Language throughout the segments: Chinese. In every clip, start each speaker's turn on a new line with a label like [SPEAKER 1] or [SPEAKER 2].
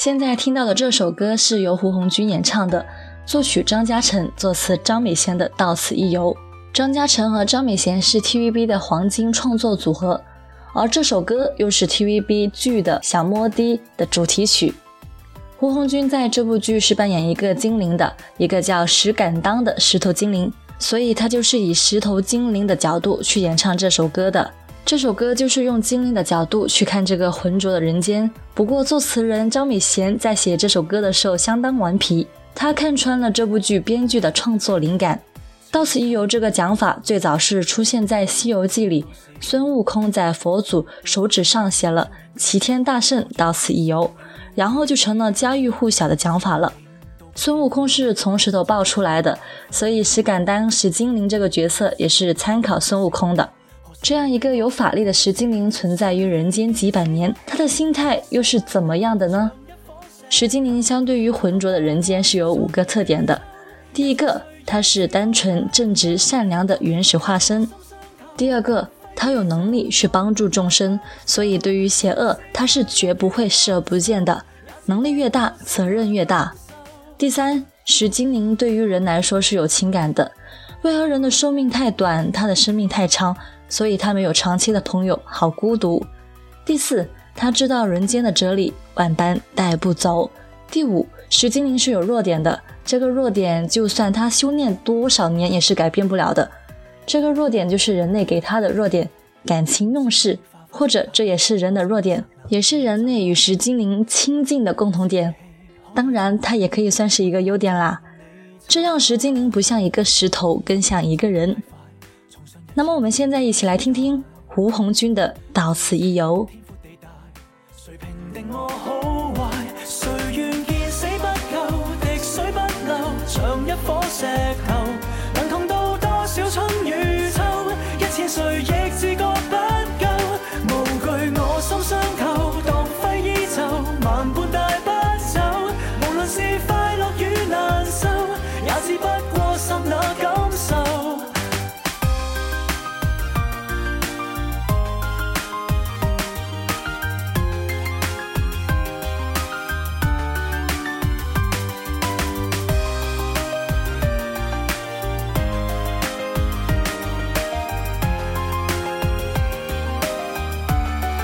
[SPEAKER 1] 现在听到的这首歌是由胡鸿钧演唱的，作曲张嘉诚，作词张美贤的《到此一游》。张嘉诚和张美贤是 TVB 的黄金创作组合，而这首歌又是 TVB 剧的小摩的的主题曲。胡鸿钧在这部剧是扮演一个精灵的，一个叫石敢当的石头精灵，所以他就是以石头精灵的角度去演唱这首歌的。这首歌就是用精灵的角度去看这个浑浊的人间。不过作词人张美贤在写这首歌的时候相当顽皮，他看穿了这部剧编剧的创作灵感。到此一游这个讲法最早是出现在《西游记》里，孙悟空在佛祖手指上写了齐天大圣到此一游，然后就成了家喻户晓的讲法了。孙悟空是从石头爆出来的，所以石敢当石精灵这个角色也是参考孙悟空的。这样一个有法力的石精灵存在于人间几百年，他的心态又是怎么样的呢？石精灵相对于浑浊的人间是有5个特点的。第一个，它是单纯正直善良的原始化身。第二个，它有能力去帮助众生，所以对于邪恶它是绝不会视而不见的，能力越大责任越大。第三，石精灵对于人来说是有情感的，为何人的寿命太短，他的生命太长，所以他没有长期的朋友，好孤独。第四，他知道人间的哲理，万般带不走。第五，石精灵是有弱点的，这个弱点就算他修炼多少年也是改变不了的。这个弱点就是人类给他的弱点，感情用事，或者这也是人的弱点，也是人类与石精灵亲近的共同点。当然它也可以算是一个优点啦，这让石精灵不像一个石头，更像一个人。那么我们现在一起来听听胡鸿钧的到此一游。
[SPEAKER 2] 谁评定我好坏，谁愿见死不救，滴水不漏，像一颗石头，能痛到多少春與秋，1000歲亦自覺不夠，無懼我心傷透，當揮衣袖，萬般帶不走，無論是快樂與難受，也只不過剎那感受。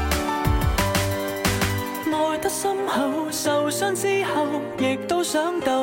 [SPEAKER 2] 深厚受傷之後，亦都想鬥